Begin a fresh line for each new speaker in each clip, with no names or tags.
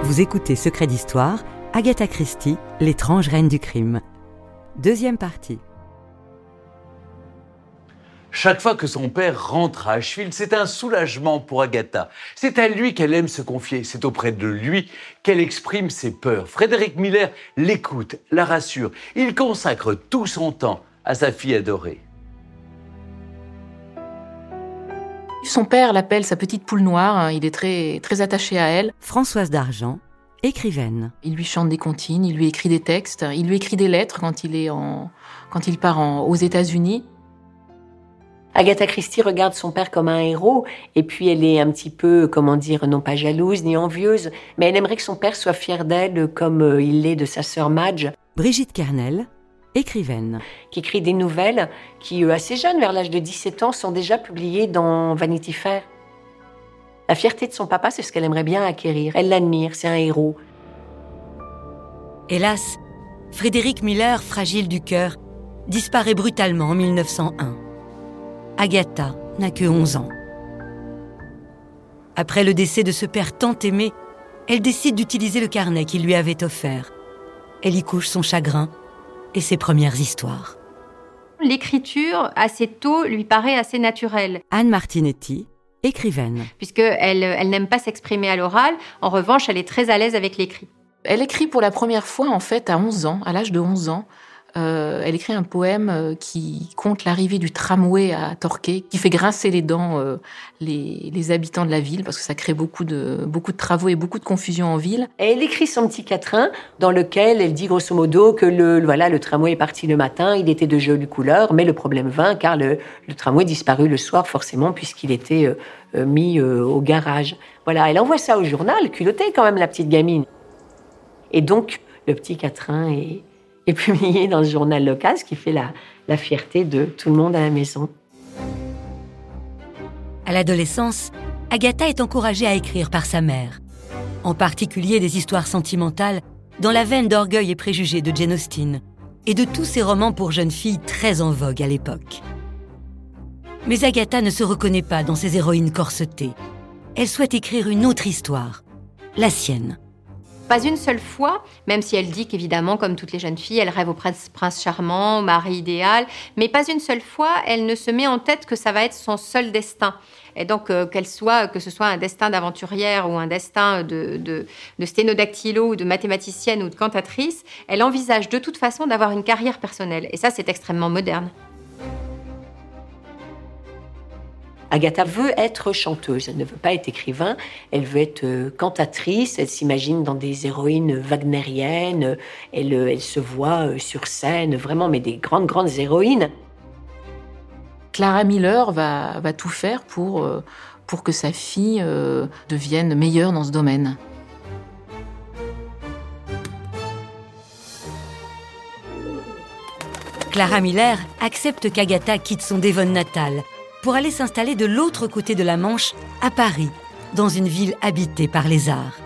Vous écoutez Secret d'Histoire, Agatha Christie, l'étrange reine du crime. Deuxième partie.
Chaque fois que son père rentre à Ashfield, c'est un soulagement pour Agatha. C'est à lui qu'elle aime se confier, c'est auprès de lui qu'elle exprime ses peurs. Frédéric Miller l'écoute, la rassure. Il consacre tout son temps à sa fille adorée.
Son père l'appelle sa petite poule noire, il est très, très attaché à elle.
Françoise Dargent, écrivaine.
Il lui chante des comptines, il lui écrit des textes, il lui écrit des lettres quand il part aux États-Unis.
Agatha Christie regarde son père comme un héros, et puis elle est un petit peu, non pas jalouse ni envieuse, mais elle aimerait que son père soit fier d'elle comme il l'est de sa sœur Madge.
Brigitte Kernel, écrivaine.
Qui écrit des nouvelles qui, assez jeunes, vers l'âge de 17 ans, sont déjà publiées dans Vanity Fair. La fierté de son papa, c'est ce qu'elle aimerait bien acquérir. Elle l'admire, c'est un héros.
Hélas, Frédéric Miller, fragile du cœur, disparaît brutalement en 1901. Agatha n'a que 11 ans. Après le décès de ce père tant aimé, elle décide d'utiliser le carnet qu'il lui avait offert. Elle y couche son chagrin et ses premières histoires.
L'écriture, assez tôt, lui paraît assez naturelle.
Anne Martinetti, écrivaine.
Puisqu'elle n'aime pas s'exprimer à l'oral. En revanche, elle est très à l'aise avec l'écrit.
Elle écrit pour la première fois, en fait, à 11 ans, à l'âge de 11 ans. Elle écrit un poème qui conte l'arrivée du tramway à Torquay, qui fait grincer les dents les habitants de la ville, parce que ça crée beaucoup de travaux et beaucoup de confusion en ville.
Et elle écrit son petit quatrain, dans lequel elle dit grosso modo que le tramway est parti le matin, il était de jolies couleurs, mais le problème vint, car le tramway disparut le soir, forcément, puisqu'il était mis au garage. Voilà, elle envoie ça au journal, culottée quand même, la petite gamine. Et donc, le petit quatrain est publié dans le journal local, ce qui fait la fierté de tout le monde à la maison.
À l'adolescence, Agatha est encouragée à écrire par sa mère, en particulier des histoires sentimentales dans la veine d'Orgueil et préjugés de Jane Austen et de tous ces romans pour jeunes filles très en vogue à l'époque. Mais Agatha ne se reconnaît pas dans ces héroïnes corsetées. Elle souhaite écrire une autre histoire, la sienne.
Pas une seule fois, même si elle dit qu'évidemment, comme toutes les jeunes filles, elle rêve au prince charmant, au mari idéal, mais pas une seule fois, elle ne se met en tête que ça va être son seul destin. Et donc, que ce soit un destin d'aventurière ou un destin de sténodactylo ou de mathématicienne ou de cantatrice, elle envisage de toute façon d'avoir une carrière personnelle. Et ça, c'est extrêmement moderne.
Agatha veut être chanteuse, elle ne veut pas être écrivain, elle veut être cantatrice, elle s'imagine dans des héroïnes wagnériennes, elle se voit sur scène, vraiment, mais des grandes héroïnes.
Clara Miller va tout faire pour que sa fille devienne meilleure dans ce domaine.
Clara Miller accepte qu'Agatha quitte son Devon natal pour aller s'installer de l'autre côté de la Manche, à Paris, dans une ville habitée par les arts.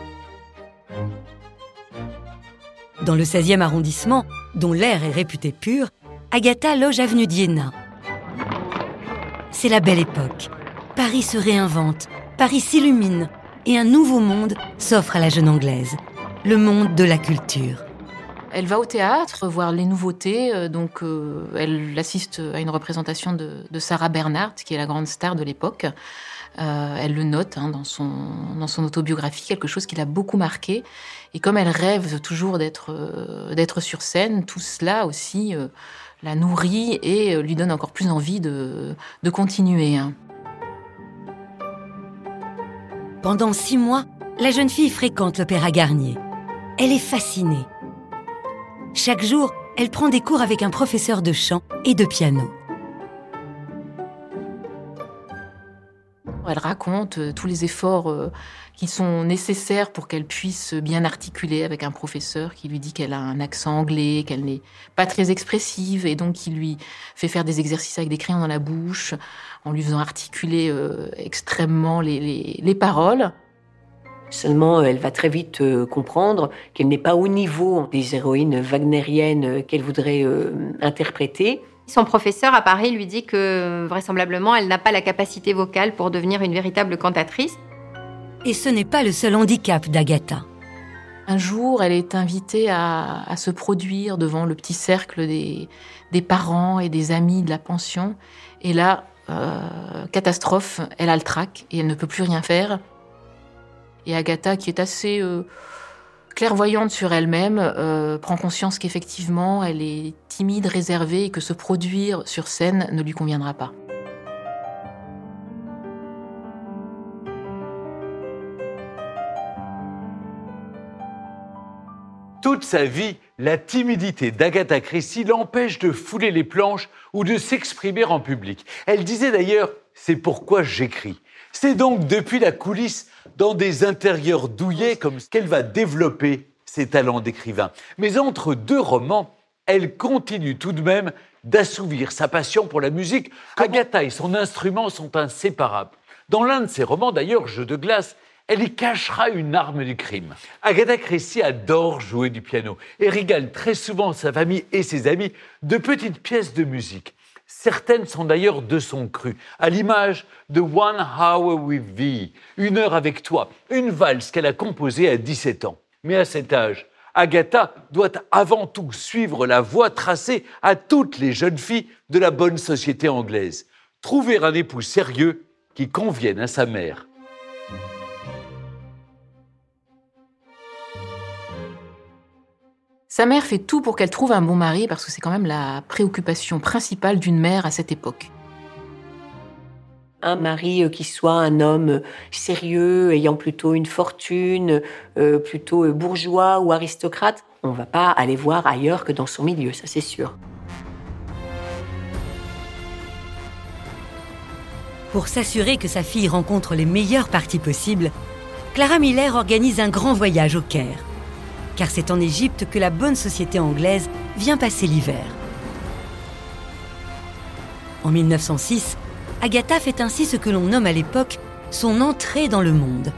Dans le 16e arrondissement, dont l'air est réputé pur, Agatha loge avenue d'Iéna. C'est la belle époque. Paris se réinvente, Paris s'illumine, et un nouveau monde s'offre à la jeune Anglaise, le monde de la culture.
Elle va au théâtre voir les nouveautés, elle assiste à une représentation de Sarah Bernhardt, qui est la grande star de l'époque. Elle le note dans son autobiographie, quelque chose qui l'a beaucoup marqué. Et comme elle rêve toujours d'être sur scène, tout cela aussi la nourrit et lui donne encore plus envie de continuer.
Pendant 6 mois, la jeune fille fréquente l'Opéra Garnier. Elle est fascinée. Chaque jour, elle prend des cours avec un professeur de chant et de piano.
Elle raconte tous les efforts qui sont nécessaires pour qu'elle puisse bien articuler avec un professeur qui lui dit qu'elle a un accent anglais, qu'elle n'est pas très expressive et donc qui lui fait faire des exercices avec des crayons dans la bouche en lui faisant articuler extrêmement les paroles.
Seulement, elle va très vite comprendre qu'elle n'est pas au niveau des héroïnes wagnériennes qu'elle voudrait interpréter.
Son professeur à Paris lui dit que, vraisemblablement, elle n'a pas la capacité vocale pour devenir une véritable cantatrice.
Et ce n'est pas le seul handicap d'Agatha.
Un jour, elle est invitée à se produire devant le petit cercle des parents et des amis de la pension. Et là, catastrophe, elle a le trac et elle ne peut plus rien faire. Et Agatha, qui est assez clairvoyante sur elle-même, prend conscience qu'effectivement, elle est timide, réservée et que se produire sur scène ne lui conviendra pas.
Toute sa vie, la timidité d'Agatha Christie l'empêche de fouler les planches ou de s'exprimer en public. Elle disait d'ailleurs « c'est pourquoi j'écris ». C'est donc depuis la coulisse, dans des intérieurs douillets comme ce qu'elle va développer ses talents d'écrivain. Mais entre deux romans, elle continue tout de même d'assouvir sa passion pour la musique. Agatha et son instrument sont inséparables. Dans l'un de ses romans, d'ailleurs, Jeu de glace, elle y cachera une arme du crime. Agatha Christie adore jouer du piano et régale très souvent sa famille et ses amis de petites pièces de musique. Certaines sont d'ailleurs de son cru, à l'image de One Hour with Thee, Une heure avec toi, une valse qu'elle a composée à 17 ans. Mais à cet âge, Agatha doit avant tout suivre la voie tracée à toutes les jeunes filles de la bonne société anglaise. Trouver un époux sérieux qui convienne à sa mère.
Sa mère fait tout pour qu'elle trouve un bon mari parce que c'est quand même la préoccupation principale d'une mère à cette époque.
Un mari qui soit un homme sérieux, ayant plutôt une fortune, plutôt bourgeois ou aristocrate, on ne va pas aller voir ailleurs que dans son milieu, ça c'est sûr.
Pour s'assurer que sa fille rencontre les meilleures parties possibles, Clara Miller organise un grand voyage au Caire. Car c'est en Égypte que la bonne société anglaise vient passer l'hiver. En 1906, Agatha fait ainsi ce que l'on nomme à l'époque son entrée dans le monde.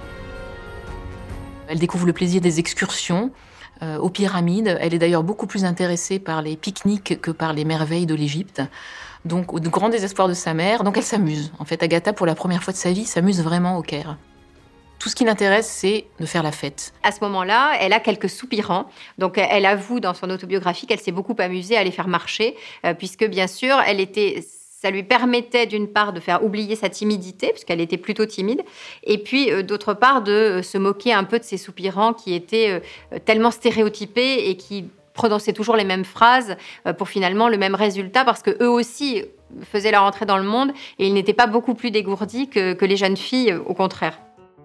Elle découvre le plaisir des excursions aux pyramides. Elle est d'ailleurs beaucoup plus intéressée par les pique-niques que par les merveilles de l'Égypte. Donc, au grand désespoir de sa mère, donc elle s'amuse. En fait, Agatha, pour la première fois de sa vie, s'amuse vraiment au Caire. Tout ce qui l'intéresse, c'est de faire la fête.
À ce moment-là, elle a quelques soupirants. Donc, elle avoue dans son autobiographie qu'elle s'est beaucoup amusée à les faire marcher, puisque, bien sûr, ça lui permettait, d'une part, de faire oublier sa timidité, puisqu'elle était plutôt timide, et puis, d'autre part, de se moquer un peu de ces soupirants qui étaient tellement stéréotypés et qui prononçaient toujours les mêmes phrases pour finalement le même résultat, parce qu'eux aussi faisaient leur entrée dans le monde, et ils n'étaient pas beaucoup plus dégourdis que les jeunes filles, au contraire.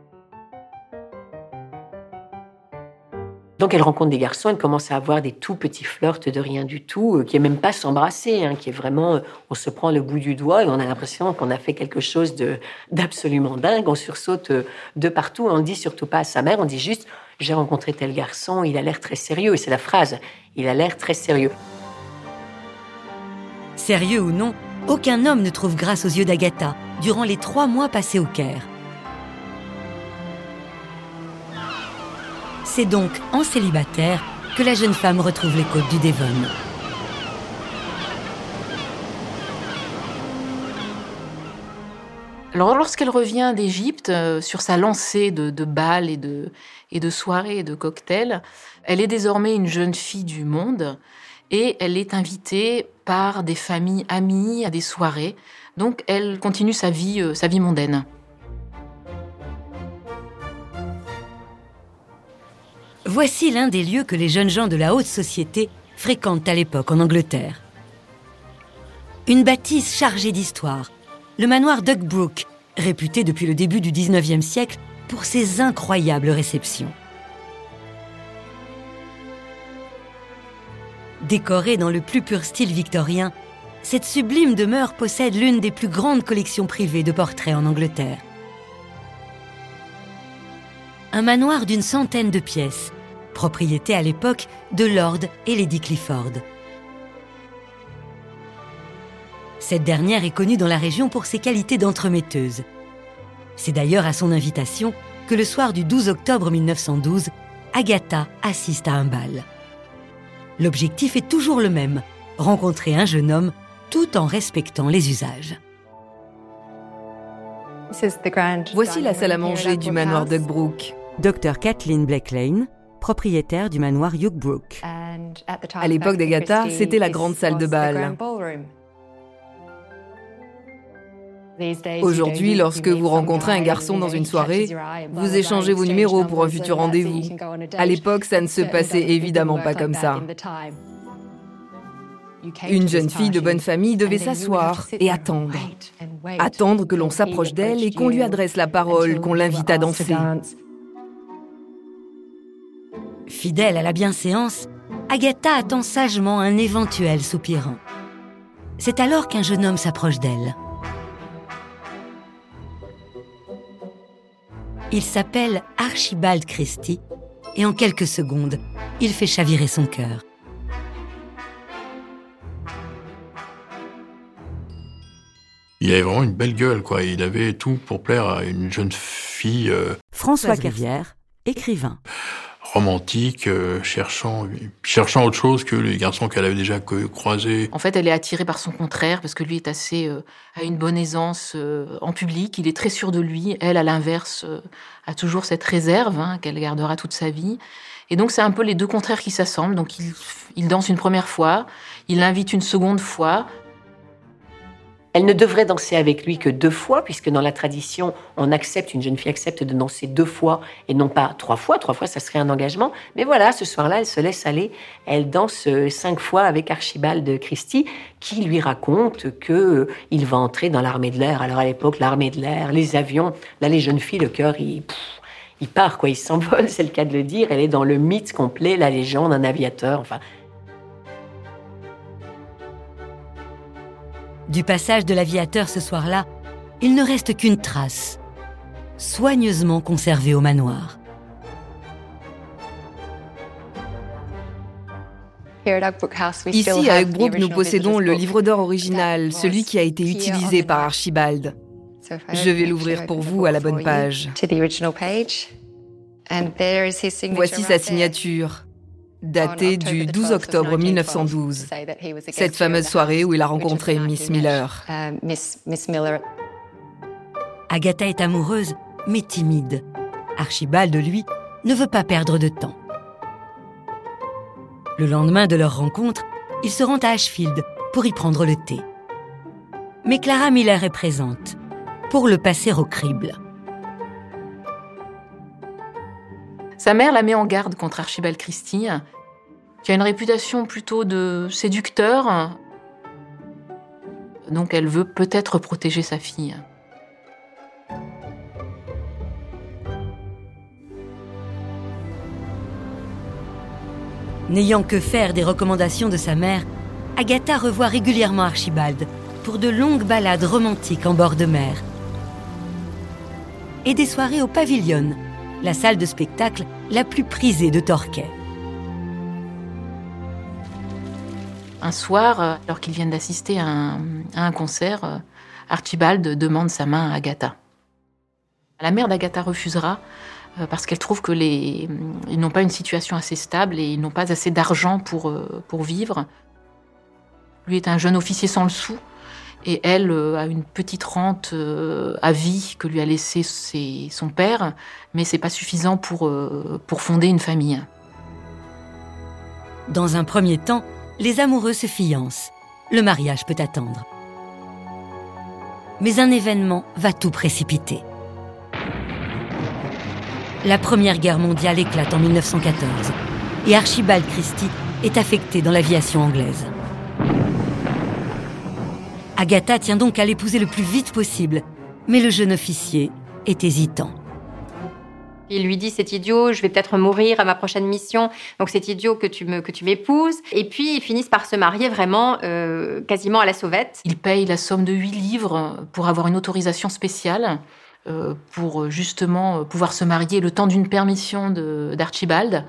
Donc elle rencontre des garçons, elle commence à avoir des tout petits flirts de rien du tout, qui est même pas s'embrasser, qui est vraiment, on se prend le bout du doigt et on a l'impression qu'on a fait quelque chose d'absolument dingue, on sursaute de partout, on ne dit surtout pas à sa mère, on dit juste « j'ai rencontré tel garçon, il a l'air très sérieux », et c'est la phrase « il a l'air très sérieux ».
Sérieux ou non, aucun homme ne trouve grâce aux yeux d'Agatha durant les 3 mois passés au Caire. C'est donc en célibataire que la jeune femme retrouve les côtes du Devon.
Alors, lorsqu'elle revient d'Égypte, sur sa lancée de bals et de soirées et de cocktails, elle est désormais une jeune fille du monde et elle est invitée par des familles amies à des soirées. Donc, elle continue sa vie mondaine.
Voici l'un des lieux que les jeunes gens de la haute société fréquentent à l'époque en Angleterre. Une bâtisse chargée d'histoire, le manoir Duckbrook, réputé depuis le début du XIXe siècle pour ses incroyables réceptions. Décorée dans le plus pur style victorien, cette sublime demeure possède l'une des plus grandes collections privées de portraits en Angleterre. Un manoir d'une centaine de pièces, propriété à l'époque de Lord et Lady Clifford. Cette dernière est connue dans la région pour ses qualités d'entremetteuse. C'est d'ailleurs à son invitation que le soir du 12 octobre 1912, Agatha assiste à un bal. L'objectif est toujours le même, rencontrer un jeune homme tout en respectant les usages.
Voici la salle à manger du manoir Duckbrook.
Dr Kathleen Blake Lane, propriétaire du manoir Yookbrook.
À l'époque d'Agatha, c'était la grande salle de bal. Aujourd'hui, lorsque vous rencontrez un garçon dans une soirée, vous échangez vos numéros pour un futur rendez-vous. À l'époque, ça ne se passait évidemment pas comme ça. Une jeune fille de bonne famille devait s'asseoir et attendre. Attendre que l'on s'approche d'elle et qu'on lui adresse la parole, qu'on l'invite à danser.
Fidèle à la bienséance, Agatha attend sagement un éventuel soupirant. C'est alors qu'un jeune homme s'approche d'elle. Il s'appelle Archibald Christie et en quelques secondes, il fait chavirer son cœur.
Il avait vraiment une belle gueule, quoi. Il avait tout pour plaire à une jeune fille
François Rivière, écrivain.
Romantique, cherchant autre chose que les garçons qu'elle avait déjà croisés.
En fait, elle est attirée par son contraire, parce que lui est assez a une bonne aisance en public. Il est très sûr de lui. Elle, à l'inverse, a toujours cette réserve qu'elle gardera toute sa vie. Et donc, c'est un peu les deux contraires qui s'assemblent. Donc, il danse une première fois, il l'invite une seconde fois.
Elle ne devrait danser avec lui que 2 fois, puisque dans la tradition, une jeune fille accepte de danser 2 fois et non pas 3 fois. 3 fois, ça serait un engagement. Mais voilà, ce soir-là, elle se laisse aller. Elle danse 5 fois avec Archibald Christie, qui lui raconte que il va entrer dans l'armée de l'air. Alors à l'époque, l'armée de l'air, les avions, là, les jeunes filles, le cœur, il part, quoi. Il s'envole, c'est le cas de le dire. Elle est dans le mythe complet, la légende, un aviateur, enfin...
Du passage de l'aviateur ce soir-là, il ne reste qu'une trace, soigneusement conservée au manoir.
Ici, à Yookbrook, nous possédons le livre d'or original, celui qui a été utilisé par Archibald. Je vais l'ouvrir pour vous à la bonne page. Voici sa signature, datée du 12 octobre 1912, cette fameuse soirée où il a rencontré Miss Miller.
Agatha est amoureuse, mais timide. Archibald, lui, ne veut pas perdre de temps. Le lendemain de leur rencontre, il se rend à Ashfield pour y prendre le thé. Mais Clara Miller est présente, pour le passer au crible.
Sa mère la met en garde contre Archibald Christie, qui a une réputation plutôt de séducteur. Donc elle veut peut-être protéger sa fille.
N'ayant que faire des recommandations de sa mère, Agatha revoit régulièrement Archibald pour de longues balades romantiques en bord de mer. Et des soirées au Pavilion, la salle de spectacle la plus prisée de Torquay.
Un soir, alors qu'ils viennent d'assister à un concert, Archibald demande sa main à Agatha. La mère d'Agatha refusera parce qu'elle trouve que ils n'ont pas une situation assez stable et ils n'ont pas assez d'argent pour vivre. Lui est un jeune officier sans le sou et elle a une petite rente à vie que lui a laissé son père, mais c'est pas suffisant pour fonder une famille.
Dans un premier temps, les amoureux se fiancent. Le mariage peut attendre. Mais un événement va tout précipiter. La Première Guerre mondiale éclate en 1914 et Archibald Christie est affecté dans l'aviation anglaise. Agatha tient donc à l'épouser le plus vite possible, mais le jeune officier est hésitant.
Il lui dit, c'est idiot, je vais peut-être mourir à ma prochaine mission, donc c'est idiot que tu m'épouses. Et puis, ils finissent par se marier vraiment quasiment à la sauvette.
Il paye la somme de 8 livres pour avoir une autorisation spéciale, pour justement pouvoir se marier le temps d'une permission d'Archibald.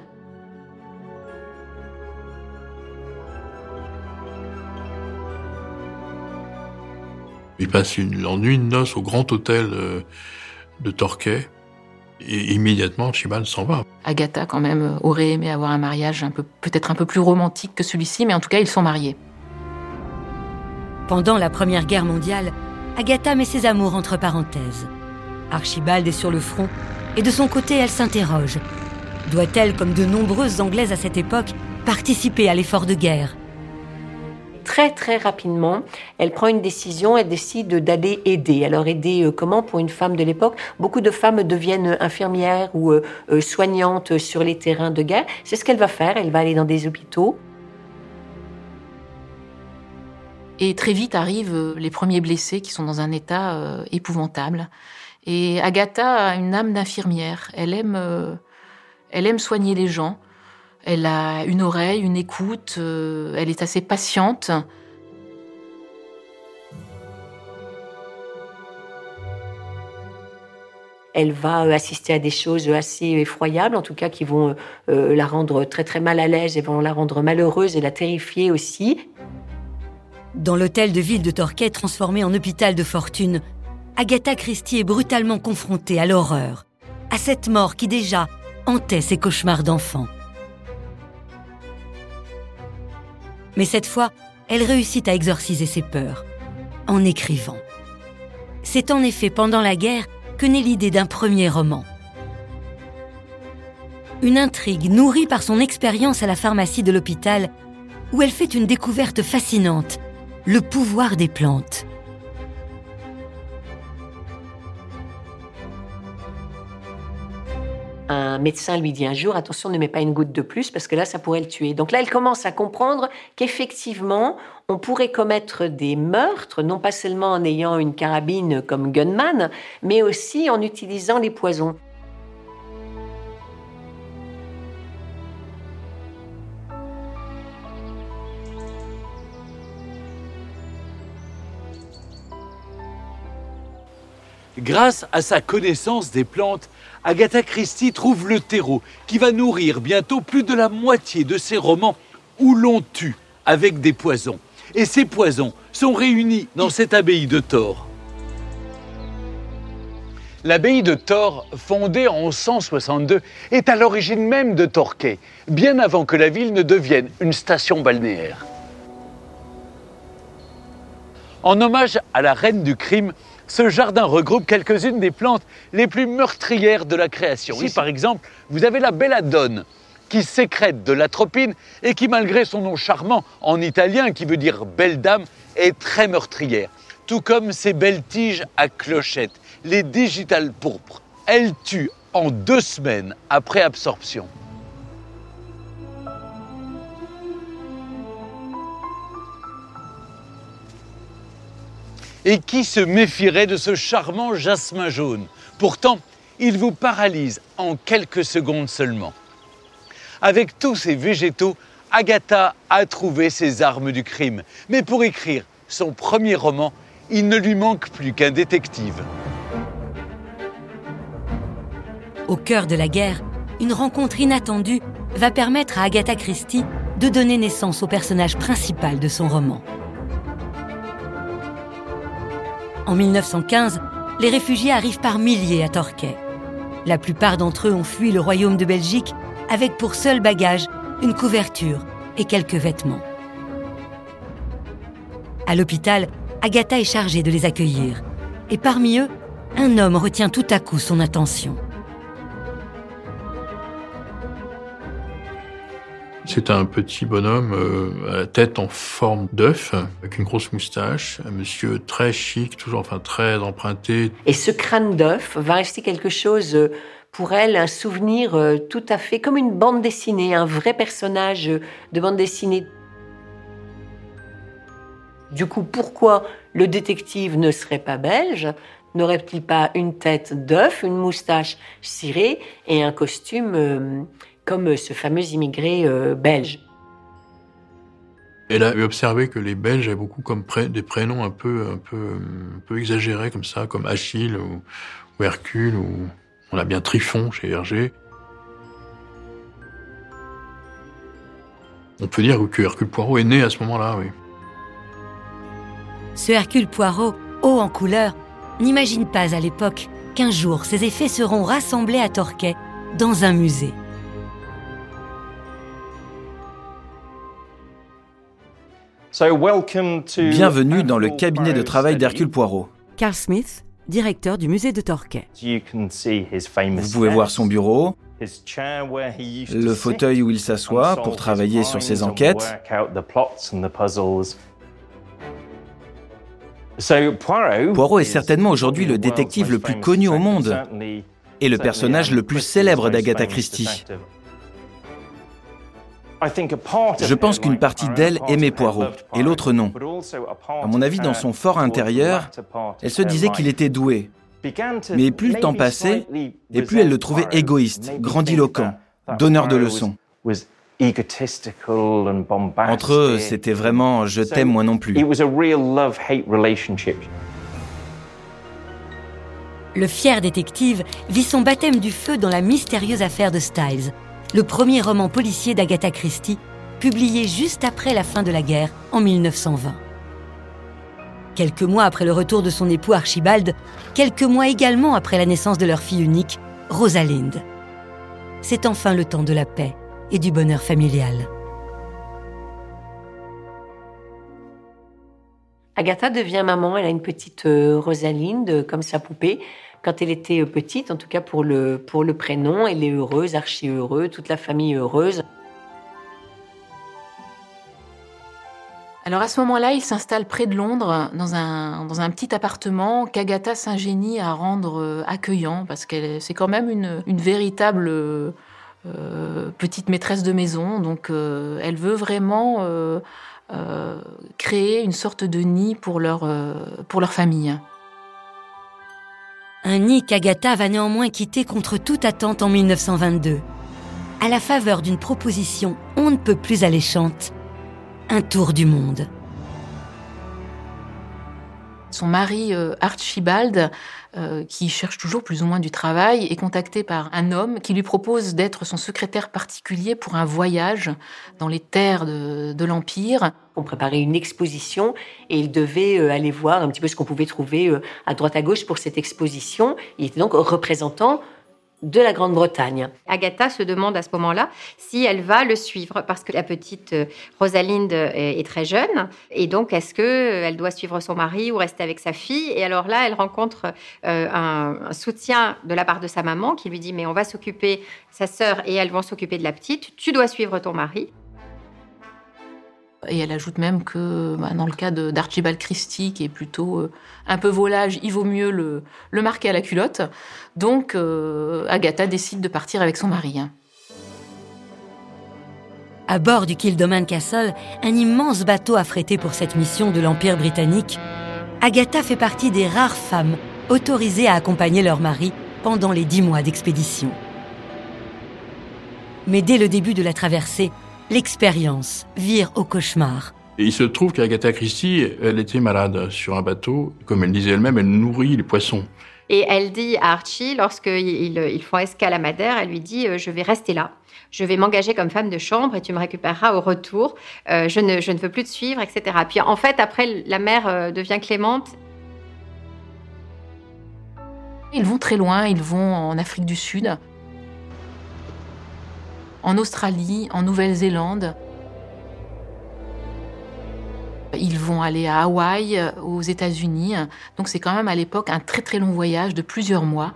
Il passe en nuit de noces au grand hôtel de Torquay. Et immédiatement, Archibald s'en va.
Agatha, quand même, aurait aimé avoir un mariage peut-être un peu plus romantique que celui-ci, mais en tout cas, ils sont mariés.
Pendant la Première Guerre mondiale, Agatha met ses amours entre parenthèses. Archibald est sur le front, et de son côté, elle s'interroge. Doit-elle, comme de nombreuses Anglaises à cette époque, participer à l'effort de guerre ?
Très, très rapidement, elle prend une décision, elle décide d'aller aider. Alors aider comment pour une femme de l'époque ? Beaucoup de femmes deviennent infirmières ou soignantes sur les terrains de guerre. C'est ce qu'elle va faire, elle va aller dans des hôpitaux.
Et très vite arrivent les premiers blessés qui sont dans un état épouvantable. Et Agatha a une âme d'infirmière. Elle aime soigner les gens. Elle a une oreille, une écoute. Elle est assez patiente.
Elle va assister à des choses assez effroyables, en tout cas qui vont la rendre très très mal à l'aise et vont la rendre malheureuse et la terrifier aussi.
Dans l'hôtel de ville de Torquay transformé en hôpital de fortune, Agatha Christie est brutalement confrontée à l'horreur, à cette mort qui déjà hantait ses cauchemars d'enfant. Mais cette fois, elle réussit à exorciser ses peurs, en écrivant. C'est en effet pendant la guerre que naît l'idée d'un premier roman. Une intrigue nourrie par son expérience à la pharmacie de l'hôpital, où elle fait une découverte fascinante, le pouvoir des plantes.
Un médecin lui dit un jour, attention, ne mets pas une goutte de plus parce que là, ça pourrait le tuer. Donc là, elle commence à comprendre qu'effectivement, on pourrait commettre des meurtres, non pas seulement en ayant une carabine comme gunman, mais aussi en utilisant les poisons.
Grâce à sa connaissance des plantes, Agatha Christie trouve le terreau qui va nourrir bientôt plus de la moitié de ses romans où l'on tue avec des poisons. Et ces poisons sont réunis dans cette abbaye de Torre. L'abbaye de Torre, fondée en 1162, est à l'origine même de Torquay, bien avant que la ville ne devienne une station balnéaire. En hommage à la reine du crime, ce jardin regroupe quelques-unes des plantes les plus meurtrières de la création. Ici, par exemple, vous avez la belladone, qui sécrète de l'atropine et qui, malgré son nom charmant en italien, qui veut dire belle dame, est très meurtrière. Tout comme ces belles tiges à clochettes, les digitales pourpres. Elles tuent en 2 semaines après absorption. Et qui se méfierait de ce charmant jasmin jaune? Pourtant, il vous paralyse en quelques secondes seulement. Avec tous ces végétaux, Agatha a trouvé ses armes du crime. Mais pour écrire son premier roman, il ne lui manque plus qu'un détective.
Au cœur de la guerre, une rencontre inattendue va permettre à Agatha Christie de donner naissance au personnage principal de son roman. En 1915, les réfugiés arrivent par milliers à Torquay. La plupart d'entre eux ont fui le royaume de Belgique avec pour seul bagage une couverture et quelques vêtements. À l'hôpital, Agatha est chargée de les accueillir. Et parmi eux, un homme retient tout à coup son attention.
C'est un petit bonhomme à la tête en forme d'œuf, avec une grosse moustache, un monsieur très chic, toujours très emprunté.
Et ce crâne d'œuf va rester quelque chose pour elle, un souvenir tout à fait comme une bande dessinée, un vrai personnage de bande dessinée. Du coup, pourquoi le détective ne serait pas belge ? N'aurait-il pas une tête d'œuf, une moustache cirée et un costume comme ce fameux immigré belge?
Elle a observé que les Belges avaient beaucoup comme des prénoms un peu exagérés comme ça, comme Achille ou Hercule, ou on a bien Trifon chez Hergé. On peut dire que Hercule Poirot est né à ce moment-là, oui.
Ce Hercule Poirot, haut en couleur, n'imagine pas à l'époque qu'un jour ses effets seront rassemblés à Torquay, dans un musée.
Bienvenue dans le cabinet de travail d'Hercule Poirot.
Carl Smith, directeur du musée de Torquay.
Vous pouvez voir son bureau, Le fauteuil où il s'assoit pour travailler sur ses enquêtes. Poirot est certainement aujourd'hui le détective le plus connu au monde et le personnage le plus célèbre d'Agatha Christie. Je pense qu'une partie d'elle aimait Poirot et l'autre non. À mon avis, dans son fort intérieur, elle se disait qu'il était doué. Mais plus le temps passait, et plus elle le trouvait égoïste, grandiloquent, donneur de leçons. Entre eux, c'était vraiment « je t'aime, moi non plus ».
Le fier détective vit son baptême du feu dans La mystérieuse affaire de Styles, le premier roman policier d'Agatha Christie, publié juste après la fin de la guerre, en 1920. Quelques mois après le retour de son époux Archibald, quelques mois également après la naissance de leur fille unique, Rosalind. C'est enfin le temps de la paix et du bonheur familial.
Agatha devient maman, elle a une petite Rosalind comme sa poupée. Quand elle était petite, en tout cas pour le prénom, elle est heureuse, archi heureuse, toute la famille est heureuse.
Alors à ce moment-là, il s'installe près de Londres, dans un petit appartement qu'Agatha s'ingénie à rendre accueillant, parce que c'est quand même une véritable petite maîtresse de maison. Donc elle veut vraiment créer une sorte de nid pour leur famille.
Un nid qu'Agatha va néanmoins quitter contre toute attente en 1922, à la faveur d'une proposition on ne peut plus alléchante, un tour du monde.
Son mari Archibald, qui cherche toujours plus ou moins du travail, est contacté par un homme qui lui propose d'être son secrétaire particulier pour un voyage dans les terres de l'Empire.
On préparait une exposition et il devait aller voir un petit peu ce qu'on pouvait trouver à droite à gauche pour cette exposition. Il était donc représentant de la Grande-Bretagne.
Agatha se demande à ce moment-là si elle va le suivre parce que la petite Rosalind est très jeune et donc est-ce qu'elle doit suivre son mari ou rester avec sa fille. Et alors là, elle rencontre un soutien de la part de sa maman qui lui dit « mais on va s'occuper, sa sœur et elles vont s'occuper de la petite, tu dois suivre ton mari ».
Et elle ajoute même que dans le cas d'Archibald Christie, qui est plutôt un peu volage, il vaut mieux le marquer à la culotte. Donc Agatha décide de partir avec son mari.
À bord du Kildoman Castle, un immense bateau affrété pour cette mission de l'Empire britannique, Agatha fait partie des rares femmes autorisées à accompagner leur mari pendant les 10 mois d'expédition. Mais dès le début de la traversée, l'expérience vire au cauchemar.
Et il se trouve qu'Agatha Christie, elle était malade sur un bateau. Comme elle disait elle-même, elle nourrit les poissons.
Et elle dit à Archie, lorsqu'ils font escale à Madère, elle lui dit « je vais rester là, je vais m'engager comme femme de chambre et tu me récupéreras au retour. Je ne veux plus te suivre, etc. » Puis en fait, après, la mer devient clémente.
Ils vont très loin, ils vont en Afrique du Sud, en Australie, en Nouvelle-Zélande. Ils vont aller à Hawaï, aux États-Unis. Donc c'est quand même à l'époque un très très long voyage de plusieurs mois.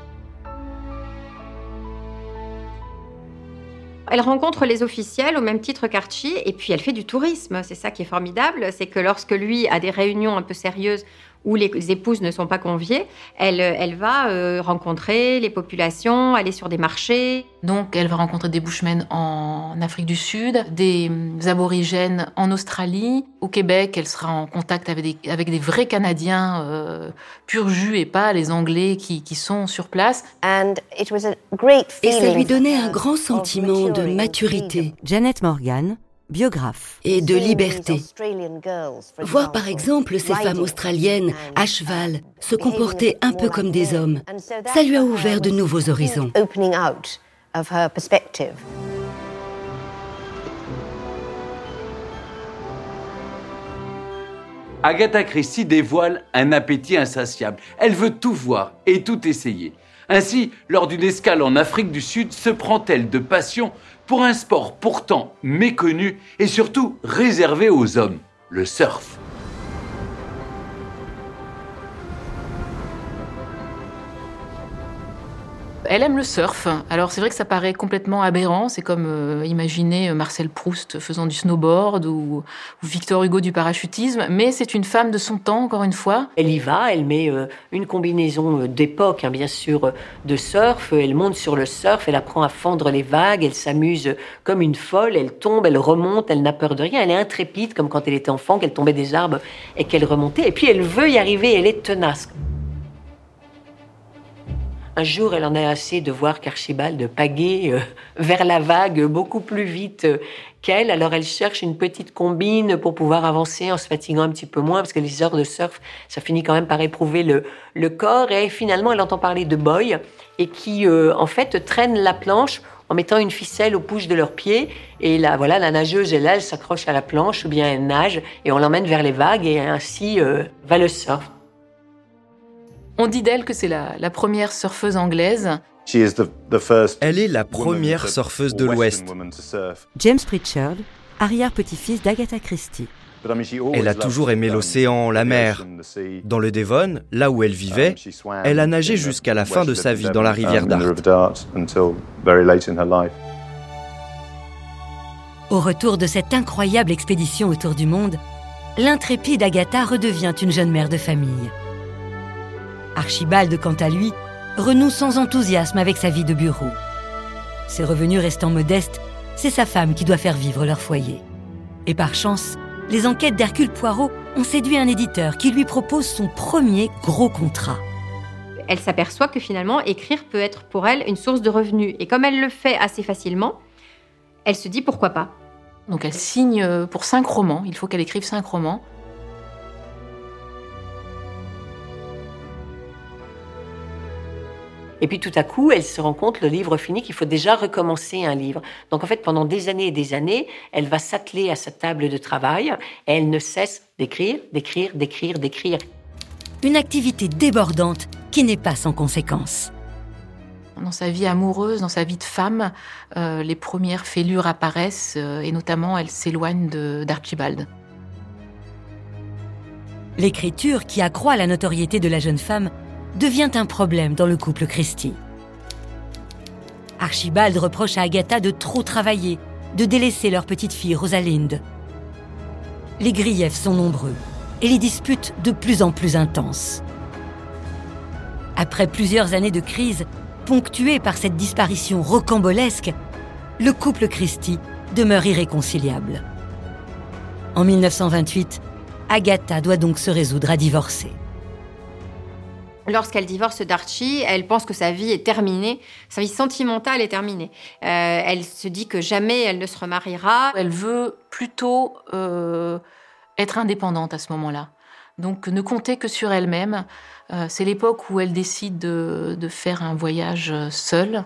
Elle rencontre les officiels au même titre qu'Archie et puis elle fait du tourisme. C'est ça qui est formidable, c'est que lorsque lui a des réunions un peu sérieuses où les épouses ne sont pas conviées, elle va rencontrer les populations, aller sur des marchés.
Donc elle va rencontrer des Bushmen en Afrique du Sud, des aborigènes en Australie. Au Québec, elle sera en contact avec des vrais Canadiens pur jus et pas les Anglais qui sont sur place.
Et ça lui donnait un grand sentiment de maturité.
Janet Morgan, biographe.
Et de liberté. Voir par exemple ces femmes australiennes à cheval se comporter un peu comme des hommes, ça lui a ouvert de nouveaux horizons.
Agatha Christie dévoile un appétit insatiable. Elle veut tout voir et tout essayer. Ainsi, lors d'une escale en Afrique du Sud, se prend-elle de passion pour un sport pourtant méconnu et surtout réservé aux hommes, le surf.
Elle aime le surf. Alors c'est vrai que ça paraît complètement aberrant. C'est comme imaginer Marcel Proust faisant du snowboard ou Victor Hugo du parachutisme. Mais c'est une femme de son temps, encore une fois.
Elle y va, elle met une combinaison d'époque, bien sûr, de surf. Elle monte sur le surf, elle apprend à fendre les vagues, elle s'amuse comme une folle. Elle tombe, elle remonte, elle n'a peur de rien. Elle est intrépide, comme quand elle était enfant, qu'elle tombait des arbres et qu'elle remontait. Et puis elle veut y arriver, elle est tenace. Un jour, elle en a assez de voir qu'Archibald pagaie vers la vague beaucoup plus vite qu'elle. Alors, elle cherche une petite combine pour pouvoir avancer en se fatiguant un petit peu moins, parce que les heures de surf, ça finit quand même par éprouver le corps. Et finalement, elle entend parler de Boy, et qui, en fait, traîne la planche en mettant une ficelle au push de leurs pieds. Et là, voilà, la nageuse, elle s'accroche à la planche, ou bien elle nage, et on l'emmène vers les vagues, et ainsi va le surf.
On dit d'elle que c'est la première surfeuse anglaise.
Elle est la première surfeuse de l'Ouest.
James Pritchard, arrière-petit-fils d'Agatha Christie.
Elle a toujours aimé l'océan, la mer. Dans le Devon, là où elle vivait, elle a nagé jusqu'à la fin de sa vie dans la rivière Dart.
Au retour de cette incroyable expédition autour du monde, l'intrépide Agatha redevient une jeune mère de famille. Archibald, quant à lui, renoue sans enthousiasme avec sa vie de bureau. Ses revenus restant modestes, c'est sa femme qui doit faire vivre leur foyer. Et par chance, les enquêtes d'Hercule Poirot ont séduit un éditeur qui lui propose son premier gros contrat.
Elle s'aperçoit que finalement, écrire peut être pour elle une source de revenus. Et comme elle le fait assez facilement, elle se dit pourquoi pas.
Donc elle signe pour 5 romans. Il faut qu'elle écrive 5 romans.
Et puis tout à coup, elle se rend compte, le livre fini, qu'il faut déjà recommencer un livre. Donc en fait, pendant des années, elle va s'atteler à sa table de travail et elle ne cesse d'écrire.
Une activité débordante qui n'est pas sans conséquences.
Dans sa vie amoureuse, dans sa vie de femme, les premières fêlures apparaissent et notamment elle s'éloigne d'Archibald.
L'écriture, qui accroît la notoriété de la jeune femme, devient un problème dans le couple Christie. Archibald reproche à Agatha de trop travailler, de délaisser leur petite fille Rosalind. Les griefs sont nombreux et les disputes de plus en plus intenses. Après plusieurs années de crise, ponctuées par cette disparition rocambolesque, le couple Christie demeure irréconciliable. En 1928, Agatha doit donc se résoudre à divorcer.
Lorsqu'elle divorce d'Archie, elle pense que sa vie est terminée, sa vie sentimentale est terminée. Elle se dit que jamais elle ne se remariera.
Elle veut plutôt être indépendante à ce moment-là. Donc ne compter que sur elle-même. C'est l'époque où elle décide de faire un voyage seule.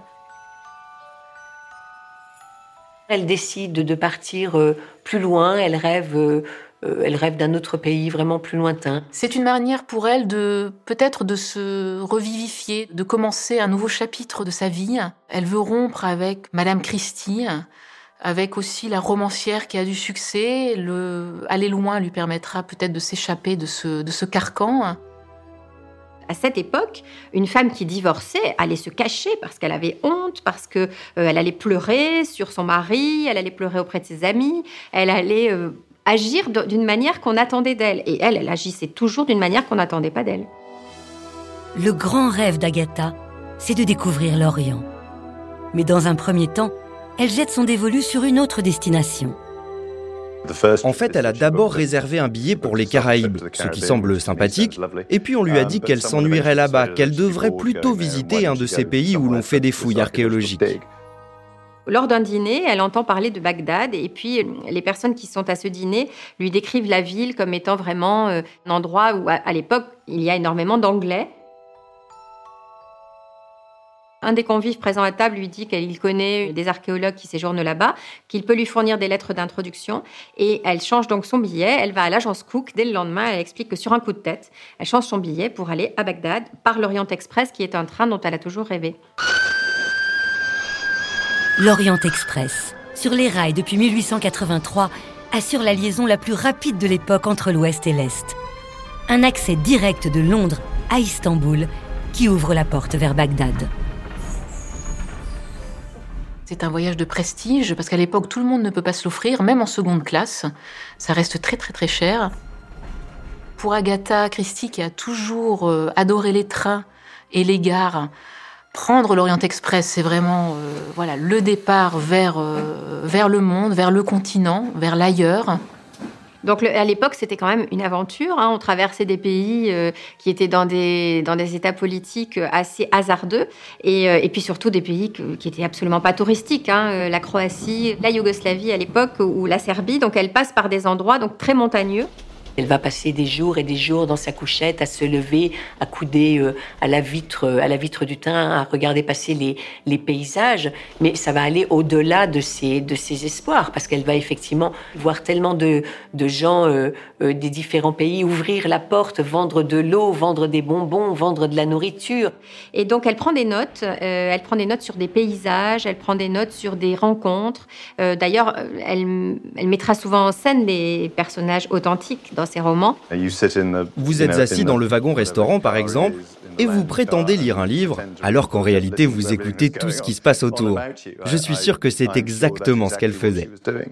Elle décide de partir plus loin, elle rêve d'un autre pays vraiment plus lointain.
C'est une manière pour elle peut-être de se revivifier, de commencer un nouveau chapitre de sa vie. Elle veut rompre avec Madame Christie, avec aussi la romancière qui a du succès. Aller loin lui permettra peut-être de s'échapper de ce carcan.
À cette époque, une femme qui divorçait allait se cacher parce qu'elle avait honte, parce qu'elle allait pleurer sur son mari, elle allait pleurer auprès de ses amis, elle allait agir d'une manière qu'on attendait d'elle. Et elle agissait toujours d'une manière qu'on n'attendait pas d'elle.
Le grand rêve d'Agatha, c'est de découvrir l'Orient. Mais dans un premier temps, elle jette son dévolu sur une autre destination.
En fait, elle a d'abord réservé un billet pour les Caraïbes, ce qui semble sympathique, et puis on lui a dit qu'elle s'ennuierait là-bas, qu'elle devrait plutôt visiter un de ces pays où l'on fait des fouilles archéologiques.
Lors d'un dîner, elle entend parler de Bagdad et puis les personnes qui sont à ce dîner lui décrivent la ville comme étant vraiment un endroit où, à l'époque, il y a énormément d'Anglais. Un des convives présents à table lui dit qu'il connaît des archéologues qui séjournent là-bas, qu'il peut lui fournir des lettres d'introduction. Et elle change donc son billet, elle va à l'agence Cook. Dès le lendemain, elle explique que sur un coup de tête, elle change son billet pour aller à Bagdad par l'Orient Express, qui est un train dont elle a toujours rêvé.
L'Orient Express, sur les rails depuis 1883, assure la liaison la plus rapide de l'époque entre l'Ouest et l'Est. Un accès direct de Londres à Istanbul qui ouvre la porte vers Bagdad.
C'est un voyage de prestige, parce qu'à l'époque, tout le monde ne peut pas se l'offrir, même en seconde classe. Ça reste très très très cher. Pour Agatha Christie, qui a toujours adoré les trains et les gares, prendre l'Orient Express, c'est vraiment le départ vers le monde, vers le continent, vers l'ailleurs.
Donc à l'époque, c'était quand même une aventure. On traversait des pays qui étaient dans des états politiques assez hasardeux et puis surtout des pays qui étaient absolument pas touristiques. La Croatie, la Yougoslavie à l'époque ou la Serbie. Donc elle passe par des endroits donc très montagneux.
Elle va passer des jours et des jours dans sa couchette à se lever, à couder à la vitre du train, à regarder passer les paysages. Mais ça va aller au-delà de ses espoirs, parce qu'elle va effectivement voir tellement de gens des différents pays ouvrir la porte, vendre de l'eau, vendre des bonbons, vendre de la nourriture.
Et donc elle prend des notes. Elle prend des notes sur des paysages, elle prend des notes sur des rencontres. D'ailleurs, elle mettra souvent en scène des personnages authentiques dans ses romans.
Vous êtes assis dans le wagon-restaurant, par exemple, et vous prétendez lire un livre, alors qu'en réalité, vous écoutez tout ce qui se passe autour. Je suis sûr que c'est exactement ce qu'elle faisait.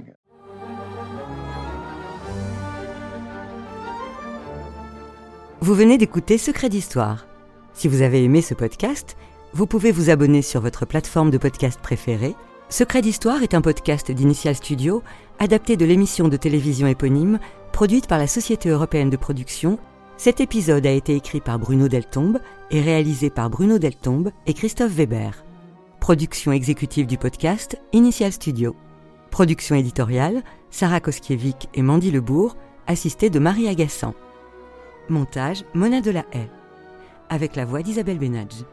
Vous venez d'écouter Secrets d'Histoire. Si vous avez aimé ce podcast, vous pouvez vous abonner sur votre plateforme de podcast préférée. Secrets d'Histoire est un podcast d'Initial Studio, adapté de l'émission de télévision éponyme, produite par la Société européenne de production. Cet épisode a été écrit par Bruno Deltombe et réalisé par Bruno Deltombe et Christophe Weber. Production exécutive du podcast, Initial Studio. Production éditoriale, Sarah Koskiewicz et Mandy Lebourg, assistée de Marie Agassan. Montage, Mona Delahaye. Avec la voix d'Isabelle Benadj.